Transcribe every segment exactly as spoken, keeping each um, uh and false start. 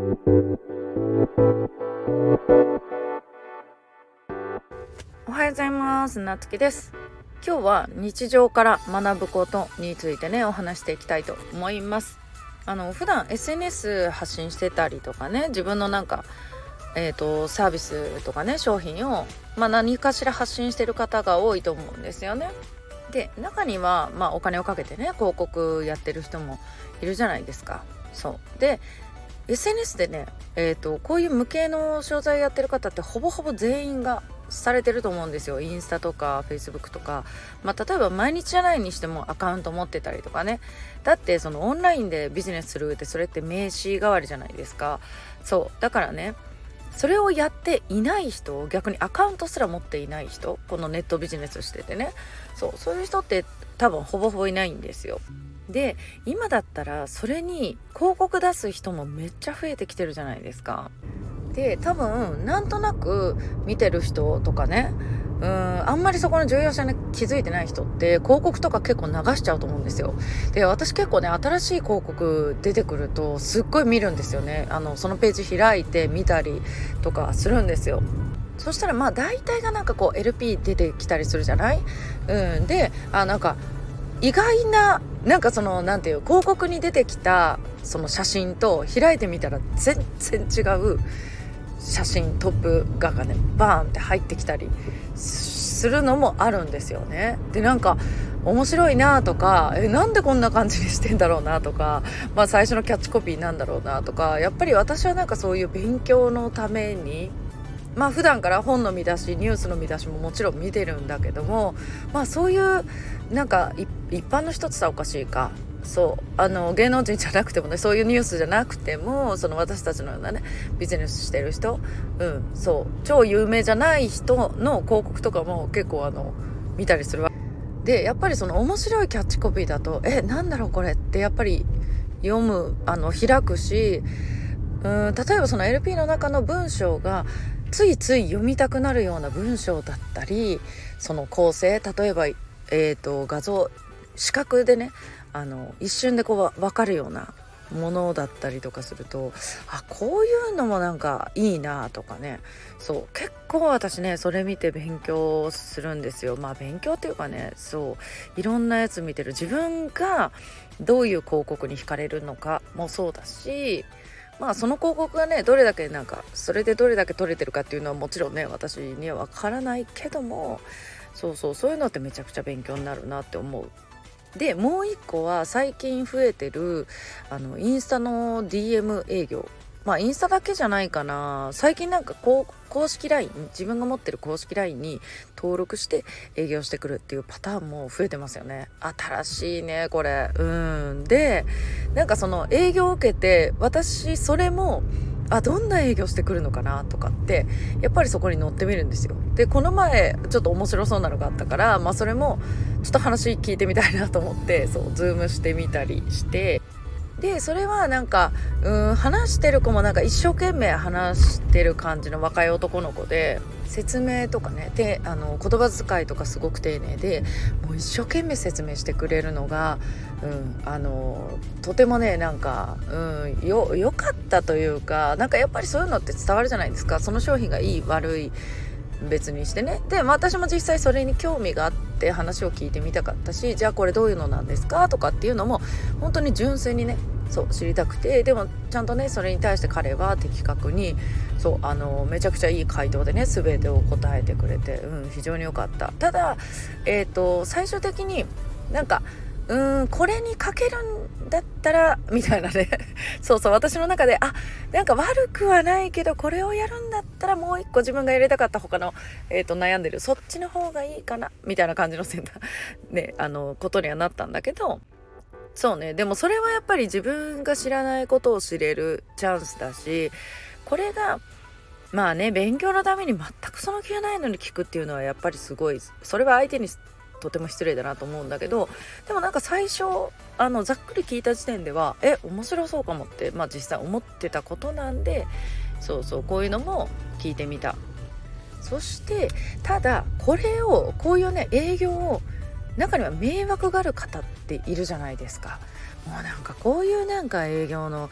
おはようございます。なつきです。今日は日常から学ぶことについてねお話していきたいと思います。あの普段 エスエヌエス 発信してたりとかね、自分のなんかえーとサービスとかね商品を、まあ、何かしら発信してる方が多いと思うんですよね。で中には、まあ、お金をかけてね広告やってる人もいるじゃないですか。そうで エスエヌエス でね、えーとこういう無形の商材やってる方ってほぼほぼ全員がされてると思うんですよ。インスタとかフェイスブックとか、まあ、例えば毎日じゃないにしてもアカウント持ってたりとかね。だってそのオンラインでビジネスする上でそれって名刺代わりじゃないですか。そうだからね、それをやっていない人、逆にアカウントすら持っていない人、このネットビジネスしててね、そうそういう人って多分ほぼほぼいないんですよ。で今だったらそれに広告出す人もめっちゃ増えてきてるじゃないですか。で多分なんとなく見てる人とかね、うーんあんまりそこの重要さに気づいてない人って広告とか結構流しちゃうと思うんですよ。で私結構ね新しい広告出てくるとすっごい見るんですよね。あのそのページ開いて見たりとかするんですよ。そしたらまあ大体がなんかこう エルピー 出てきたりするじゃない。うんであなんか意外ななんかそのなんていう広告に出てきたその写真と開いてみたら全然違う写真トップ画がねバーンって入ってきたりするのもあるんですよね。でなんか面白いなとか、えなんでこんな感じにしてんだろうなとか、まあ最初のキャッチコピーなんだろうなとか、やっぱり私はなんかそういう勉強のためにまあ普段から本の見出しニュースの見出しももちろん見てるんだけども、まあそういうなんか一般の人ってさおかしいか、そうあの芸能人じゃなくてもね、そういうニュースじゃなくてもその私たちのようなねビジネスしてる人、うんそう超有名じゃない人の広告とかも結構あの見たりするわけで、やっぱりその面白いキャッチコピーだとえなんだろうこれってやっぱり読むあの開くし、うん例えばその エルピー の中の文章がついつい読みたくなるような文章だったり、その構成例えば、えーと画像視覚でねあの一瞬でこう分かるようなものだったりとかすると、あこういうのもなんかいいなとかね、そう結構私ねそれ見て勉強するんですよ。まあ勉強っていうかね、そういろんなやつ見てる、自分がどういう広告に惹かれるのかもそうだし、まあその広告がねどれだけなんかそれでどれだけ取れてるかっていうのはもちろんね私にはわからないけども、そうそうそういうのってめちゃくちゃ勉強になるなって思う。でもう一個は最近増えてるあのインスタの ディーエム 営業、まあインスタだけじゃないかな、最近なんかこう公式 ライン 自分が持ってる公式 ライン に登録して営業してくるっていうパターンも増えてますよね。新しいねこれ。うんでなんかその営業を受けて私それもあどんな営業してくるのかなとかってやっぱりそこに載ってみるんですよ。でこの前ちょっと面白そうなのがあったから、まあそれもちょっと話聞いてみたいなと思ってそうズームしてみたりして、でそれはなんかうん話してる子もなんか一生懸命話してる感じの若い男の子で、説明とかねであの言葉遣いとかすごく丁寧でもう一生懸命説明してくれるのが、うん、あのとてもねなんか、うん、よ良かったというか、なんかやっぱりそういうのって伝わるじゃないですか。その商品がいい悪い別にしてね。で、まあ、私も実際それに興味があって話を聞いてみたかったし、じゃあこれどういうのなんですかとかっていうのも本当に純粋にねそう知りたくて、でもちゃんとねそれに対して彼は的確にそうあのめちゃくちゃいい回答でね全てを答えてくれて、うん、非常に良かった。ただ、えーと、最終的になんかうーんこれにかけるんだったらみたいなねそうそう私の中であなんか悪くはないけどこれをやるんだったらもう一個自分がやりたかった他の、えーと悩んでるそっちの方がいいかなみたいな感じの選択ねあのことにはなったんだけど、そうねでもそれはやっぱり自分が知らないことを知れるチャンスだし、これがまあね勉強のために全くその気がないのに聞くっていうのはやっぱりすごい、それは相手にとても失礼だなと思うんだけど、でもなんか最初あのざっくり聞いた時点ではえ面白そうかもってまあ実際思ってたことなんで、そうそうこういうのも聞いてみた。そしてただこれをこういうね営業を中には迷惑がある方っているじゃないですか。もうなんかこういうなんか営業の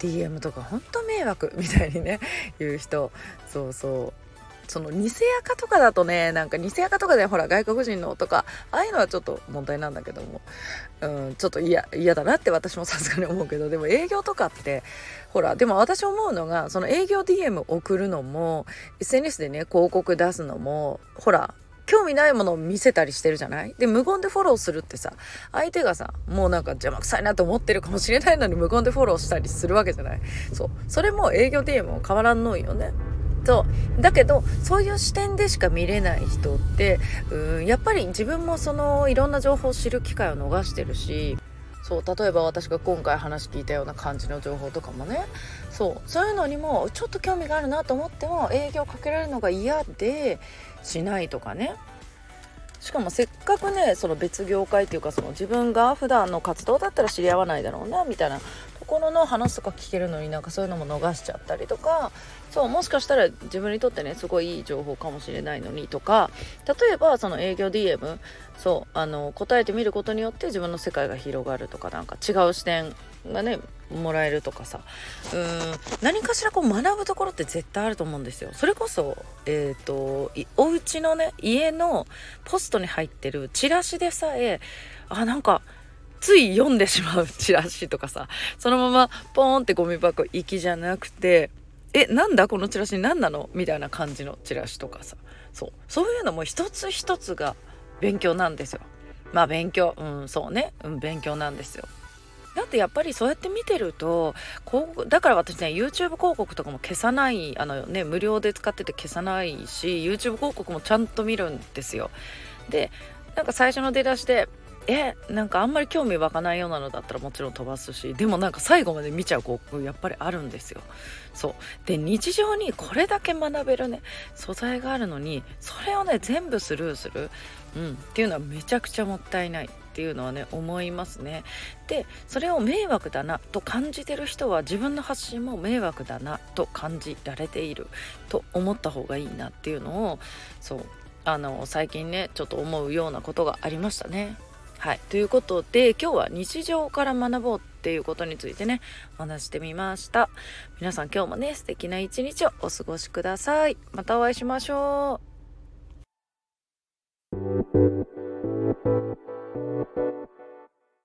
ディーエム とかほんと迷惑みたいにね言う人、そうそうその偽垢とかだとね、なんか偽垢とかでほら外国人のとかああいうのはちょっと問題なんだけども、うん、ちょっと嫌嫌だなって私もさすがに思うけど、でも営業とかってほら、でも私思うのが、その営業 ディーエム 送るのも エスエヌエス でね広告出すのも、ほら興味ないものを見せたりしてるじゃない。で無言でフォローするってさ、相手がさもうなんか邪魔くさいなと思ってるかもしれないのに無言でフォローしたりするわけじゃない。そう、それも営業 ディーエム も変わらんのよね。そうだけど、そういう視点でしか見れない人って、うーんやっぱり自分もそのいろんな情報を知る機会を逃してるし、そう例えば私が今回話聞いたような感じの情報とかもね、そうそういうのにもちょっと興味があるなと思っても営業かけられるのが嫌でしないとかね。しかもせっかくね、その別業界っていうか、その自分が普段の活動だったら知り合わないだろうなみたいなところの話とか聞けるのに、なんかそういうのも逃しちゃったりとか、そうもしかしたら自分にとってねすごいいい情報かもしれないのにとか、例えばその営業 ディーエム、 そうあの答えてみることによって自分の世界が広がるとか、なんか違う視点がねもらえるとかさ、うーん何かしらこう学ぶところって絶対あると思うんですよ。それこそえっ、とお家のね家のポストに入ってるチラシでさえ、あなんかつい読んでしまうチラシとかさ、そのままポーンってゴミ箱行きじゃなくて、えなんだこのチラシ何なのみたいな感じのチラシとかさ、そうそういうのも一つ一つが勉強なんですよ。まあ勉強、うんそうね、うん勉強なんですよ。だってやっぱりそうやって見てると、広告だから私ね YouTube 広告とかも消さない、あのね無料で使ってて消さないし、 YouTube 広告もちゃんと見るんですよ。でなんか最初の出だしでえなんかあんまり興味湧かないようなのだったらもちろん飛ばすし、でもなんか最後まで見ちゃう広告やっぱりあるんですよ。そうで日常にこれだけ学べるね素材があるのに、それをね全部スルーする、うん、っていうのはめちゃくちゃもったいないっていうのはね思いますね。でそれを迷惑だなと感じてる人は自分の発信も迷惑だなと感じられていると思った方がいいなっていうのを、そうあの最近ねちょっと思うようなことがありましたね。はい、ということで今日は日常から学ぼうっていうことについてねお話してみました。皆さん今日もね素敵な一日をお過ごしください。またお会いしましょう。